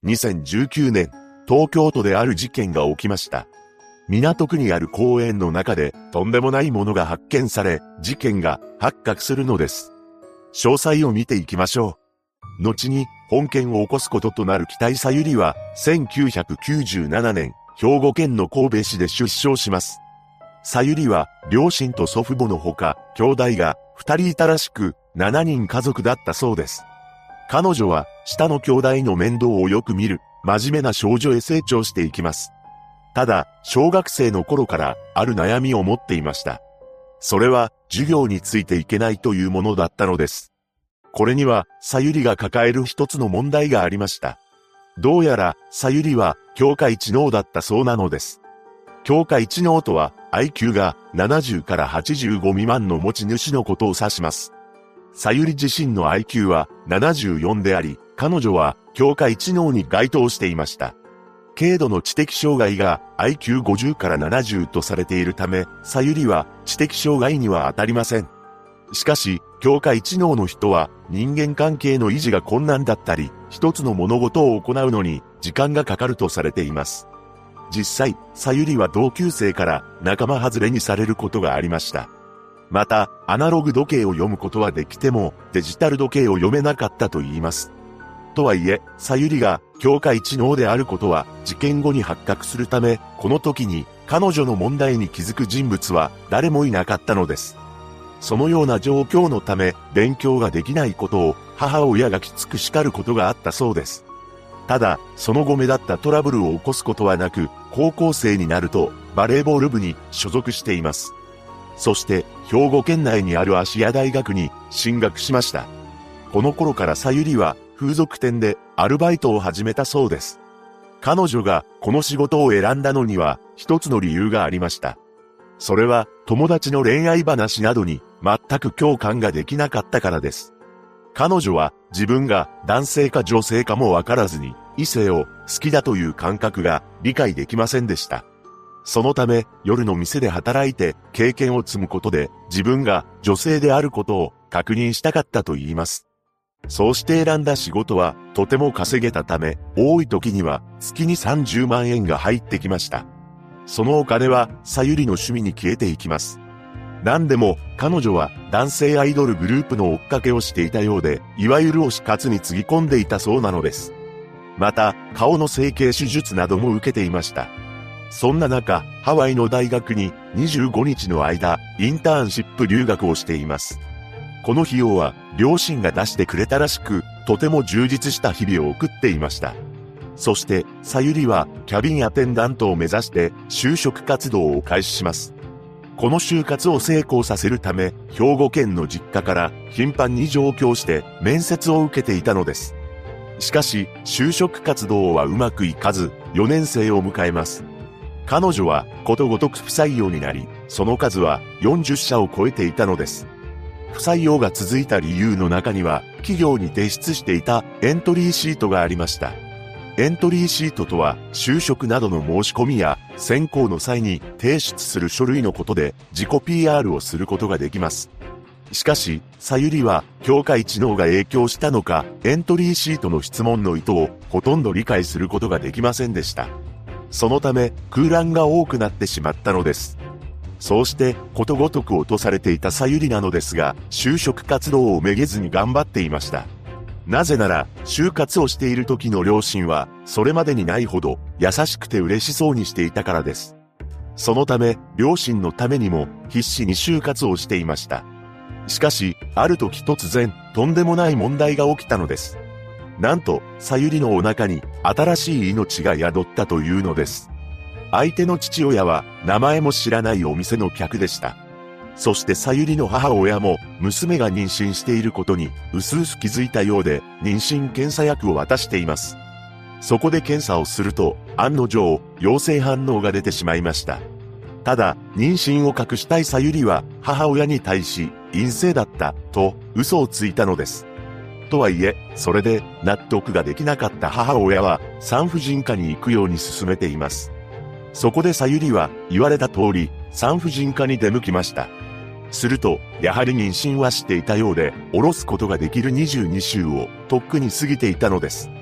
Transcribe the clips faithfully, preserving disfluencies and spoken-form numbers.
にせんじゅうきゅうねん、東京都である事件が起きました。港区にある公園の中でとんでもないものが発見され、事件が発覚するのです。詳細を見ていきましょう。後に本件を起こすこととなる北井小百合は、せんきゅうひゃくきゅうじゅうななねん、兵庫県の神戸市で出生します。小百合は両親と祖父母のほか、兄弟がふたりいたらしく、しちにん家族だったそうです。彼女は下の兄弟の面倒をよく見る、真面目な少女へ成長していきます。ただ、小学生の頃からある悩みを持っていました。それは授業についていけないというものだったのです。これには小百合が抱える一つの問題がありました。どうやら小百合は境界知能だったそうなのです。境界知能とは アイキュー がななじゅうからはちじゅうご未満の持ち主のことを指します。小百合自身の アイキュー はななじゅうよんであり、彼女は境界知能に該当していました。軽度の知的障害が アイキューごじゅう からななじゅうとされているため、小百合は知的障害には当たりません。しかし、境界知能の人は人間関係の維持が困難だったり、一つの物事を行うのに時間がかかるとされています。実際、小百合は同級生から仲間外れにされることがありました。また、アナログ時計を読むことはできても、デジタル時計を読めなかったと言います。とはいえ、小百合が境界知能であることは事件後に発覚するため、この時に彼女の問題に気づく人物は誰もいなかったのです。そのような状況のため、勉強ができないことを母親がきつく叱ることがあったそうです。ただ、その後目立ったトラブルを起こすことはなく、高校生になるとバレーボール部に所属しています。そして、兵庫県内にある芦屋大学に進学しました。この頃から小百合は風俗店でアルバイトを始めたそうです。彼女がこの仕事を選んだのには一つの理由がありました。それは友達の恋愛話などに全く共感ができなかったからです。彼女は自分が男性か女性かもわからずに異性を好きだという感覚が理解できませんでした。そのため夜の店で働いて経験を積むことで自分が女性であることを確認したかったと言います。そうして選んだ仕事はとても稼げたため、多い時には月にさんじゅうまんえんが入ってきました。そのお金は小百合の趣味に消えていきます。何でも彼女は男性アイドルグループの追っかけをしていたようで、いわゆる推し活につぎ込んでいたそうなのです。また、顔の整形手術なども受けていました。そんな中、ハワイの大学ににじゅうごにちの間、インターンシップ留学をしています。この費用は両親が出してくれたらしく、とても充実した日々を送っていました。そして、小百合はキャビンアテンダントを目指して就職活動を開始します。この就活を成功させるため、兵庫県の実家から頻繁に上京して面接を受けていたのです。しかし、就職活動はうまくいかず、よねん生を迎えます。彼女はことごとく不採用になり、その数はよんじゅっしゃを超えていたのです。不採用が続いた理由の中には、企業に提出していたエントリーシートがありました。エントリーシートとは、就職などの申し込みや選考の際に提出する書類のことで、自己 ピーアール をすることができます。しかし、小百合は境界知能が影響したのか、エントリーシートの質問の意図をほとんど理解することができませんでした。そのため、空欄が多くなってしまったのです。そうして、ことごとく落とされていた小百合なのですが、就職活動をめげずに頑張っていました。なぜなら、就活をしている時の両親は、それまでにないほど優しくて嬉しそうにしていたからです。そのため、両親のためにも必死に就活をしていました。しかし、ある時突然、とんでもない問題が起きたのです。なんと、小百合のお腹に新しい命が宿ったというのです。相手の父親は名前も知らないお店の客でした。そして小百合の母親も娘が妊娠していることに薄々気づいたようで妊娠検査薬を渡しています。そこで検査をすると案の定陽性反応が出てしまいました。ただ妊娠を隠したい小百合は母親に対し陰性だったと嘘をついたのです。とはいえ、それで納得ができなかった母親は産婦人科に行くように勧めています。そこで小百合は言われた通り産婦人科に出向きました。すると、やはり妊娠はしていたようで、下ろすことができるにじゅうにしゅうをとっくに過ぎていたのです。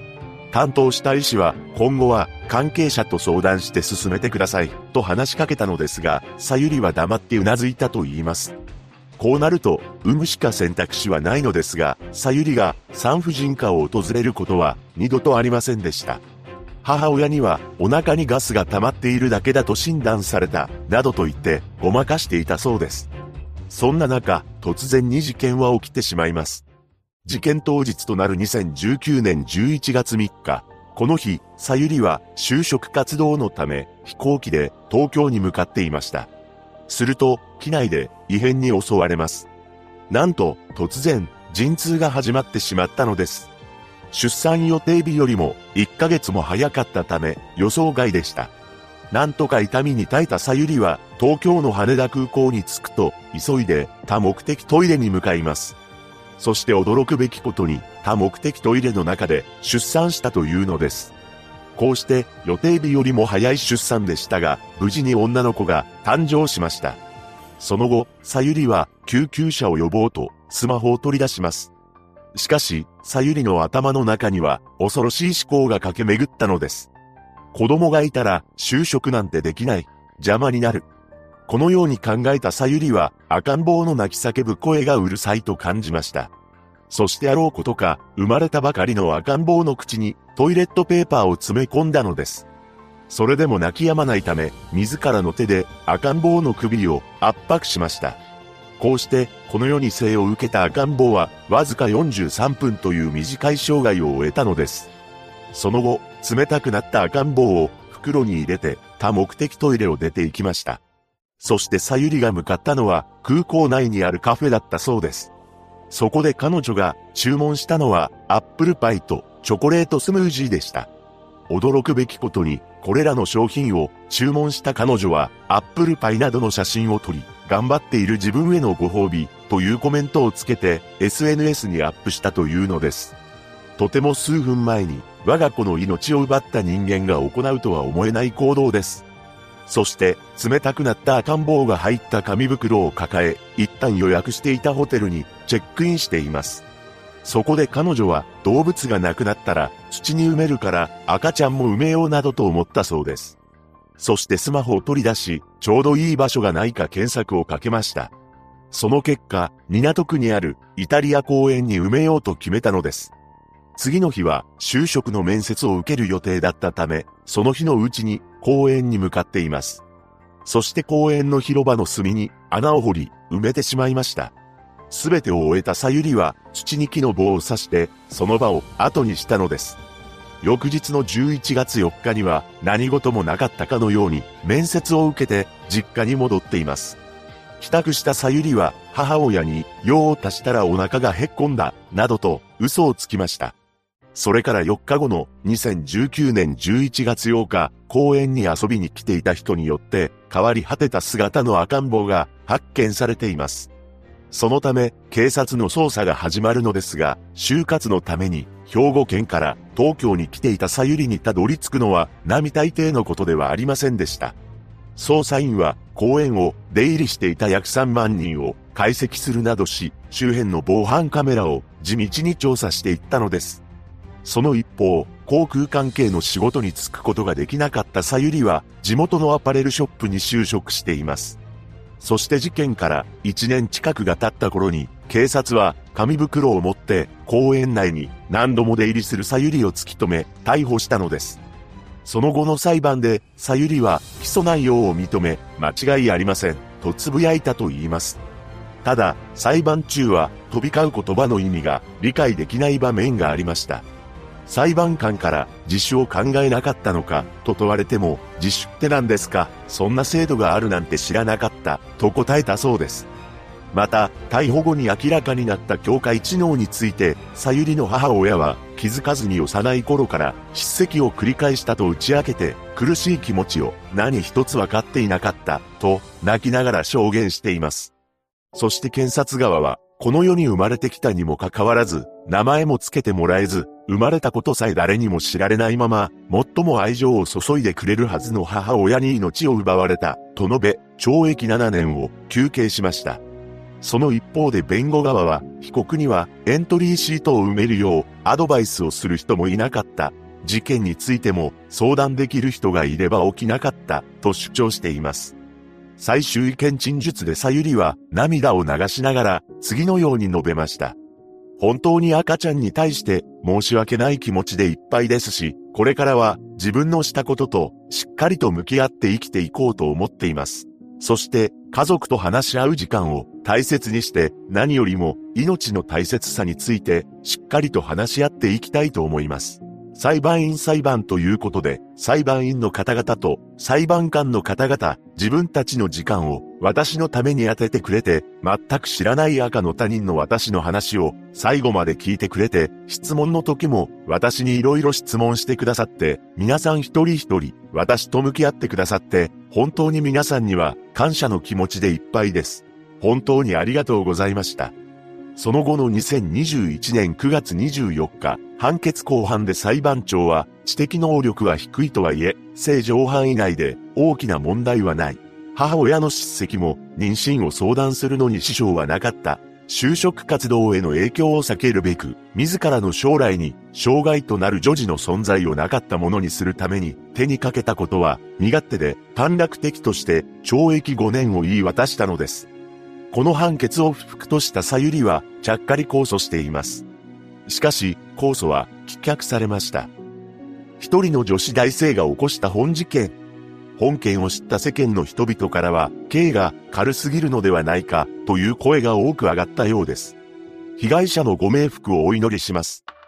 担当した医師は、今後は関係者と相談して進めてください、と話しかけたのですが、さゆりは黙ってうなずいたと言います。こうなると、産むしか選択肢はないのですが、さゆりが産婦人科を訪れることは二度とありませんでした。母親には、お腹にガスが溜まっているだけだと診断された、などと言ってごまかしていたそうです。そんな中、突然に事件は起きてしまいます。事件当日となるにせんじゅうきゅうねんじゅういちがつみっか、この日、さゆりは就職活動のため飛行機で東京に向かっていました。すると、機内で異変に襲われます。なんと、突然、陣痛が始まってしまったのです。出産予定日よりもいっかげつも早かったため予想外でした。なんとか痛みに耐えたさゆりは東京の羽田空港に着くと急いで多目的トイレに向かいます。そして驚くべきことに多目的トイレの中で出産したというのです。こうして予定日よりも早い出産でしたが無事に女の子が誕生しました。その後、さゆりは救急車を呼ぼうとスマホを取り出します。しかし、さゆりの頭の中には恐ろしい思考が駆け巡ったのです。子供がいたら就職なんてできない。邪魔になる。このように考えたさゆりは赤ん坊の泣き叫ぶ声がうるさいと感じました。そしてあろうことか、生まれたばかりの赤ん坊の口にトイレットペーパーを詰め込んだのです。それでも泣き止まないため、自らの手で赤ん坊の首を圧迫しました。こうして、この世に生を受けた赤ん坊は、わずかよんじゅうさんぷんという短い生涯を終えたのです。その後、冷たくなった赤ん坊を袋に入れて、多目的トイレを出て行きました。そしてさゆりが向かったのは、空港内にあるカフェだったそうです。そこで彼女が注文したのは、アップルパイとチョコレートスムージーでした。驚くべきことに、これらの商品を注文した彼女は、アップルパイなどの写真を撮り、頑張っている自分へのご褒美というコメントをつけて エスエヌエス にアップしたというのです。とても数分前に我が子の命を奪った人間が行うとは思えない行動です。そして冷たくなった赤ん坊が入った紙袋を抱え、一旦予約していたホテルにチェックインしています。そこで彼女は動物が亡くなったら土に埋めるから赤ちゃんも埋めようなどと思ったそうです。そしてスマホを取り出し、ちょうどいい場所がないか検索をかけました。その結果、港区にあるイタリア公園に埋めようと決めたのです。次の日は就職の面接を受ける予定だったため、その日のうちに公園に向かっています。そして公園の広場の隅に穴を掘り、埋めてしまいました。すべてを終えたさゆりは土に木の棒を刺してその場を後にしたのです。翌日のじゅういちがつよっかには何事もなかったかのように面接を受けて実家に戻っています。帰宅したさゆりは母親に用を足したらお腹がへっこんだなどと嘘をつきました。それからよっかごのにせんじゅうきゅうねんじゅういちがつようか、公園に遊びに来ていた人によって変わり果てた姿の赤ん坊が発見されています。そのため警察の捜査が始まるのですが、就活のために兵庫県から東京に来ていたさゆりにたどり着くのは並大抵のことではありませんでした。捜査員は公園を出入りしていた約さんまんにんを解析するなどし、周辺の防犯カメラを地道に調査していったのです。その一方、航空関係の仕事に就くことができなかったさゆりは地元のアパレルショップに就職しています。そして事件からいちねん近くが経った頃に、警察は紙袋を持って公園内に何度も出入りするさゆりを突き止め逮捕したのです。その後の裁判でさゆりは起訴内容を認め、間違いありませんとつぶやいたと言います。ただ、裁判中は飛び交う言葉の意味が理解できない場面がありました。裁判官から自首を考えなかったのかと問われても、自首って何ですか、そんな制度があるなんて知らなかったと答えたそうです。また、逮捕後に明らかになった境界知能について、さゆりの母親は気づかずに幼い頃から叱責を繰り返したと打ち明けて、苦しい気持ちを何一つ分かっていなかったと泣きながら証言しています。そして検察側は、この世に生まれてきたにもかかわらず、名前もつけてもらえず、生まれたことさえ誰にも知られないまま、最も愛情を注いでくれるはずの母親に命を奪われた、と述べ、懲役ななねんを求刑しました。その一方で弁護側は、被告にはエントリーシートを埋めるようアドバイスをする人もいなかった、 事件についても相談できる人がいれば起きなかったと主張しています。最終意見陳述でさゆりは涙を流しながら次のように述べました。本当に赤ちゃんに対して申し訳ない気持ちでいっぱいですし、これからは自分のしたこととしっかりと向き合って生きていこうと思っています。そして家族と話し合う時間を大切にして何よりも命の大切さについてしっかりと話し合っていきたいと思います。裁判員裁判ということで、裁判員の方々と裁判官の方々、自分たちの時間を私のために当ててくれて、全く知らない赤の他人の私の話を最後まで聞いてくれて、質問の時も私にいろいろ質問してくださって、皆さん一人一人私と向き合ってくださって、本当に皆さんには感謝の気持ちでいっぱいです。本当にありがとうございました。その後のにせんにじゅういちねんくがつにじゅうよっか、判決公判で裁判長は、知的能力は低いとはいえ、正常範囲内で大きな問題はない。母親の叱責も妊娠を相談するのに支障はなかった。就職活動への影響を避けるべく、自らの将来に障害となる女児の存在をなかったものにするために手にかけたことは身勝手で短絡的として懲役ごねんを言い渡したのです。この判決を不服としたさゆりはちゃっかり控訴しています。しかし、控訴は棄却されました。一人の女子大生が起こした本事件。本件を知った世間の人々からは、刑が軽すぎるのではないかという声が多く上がったようです。被害者のご冥福をお祈りします。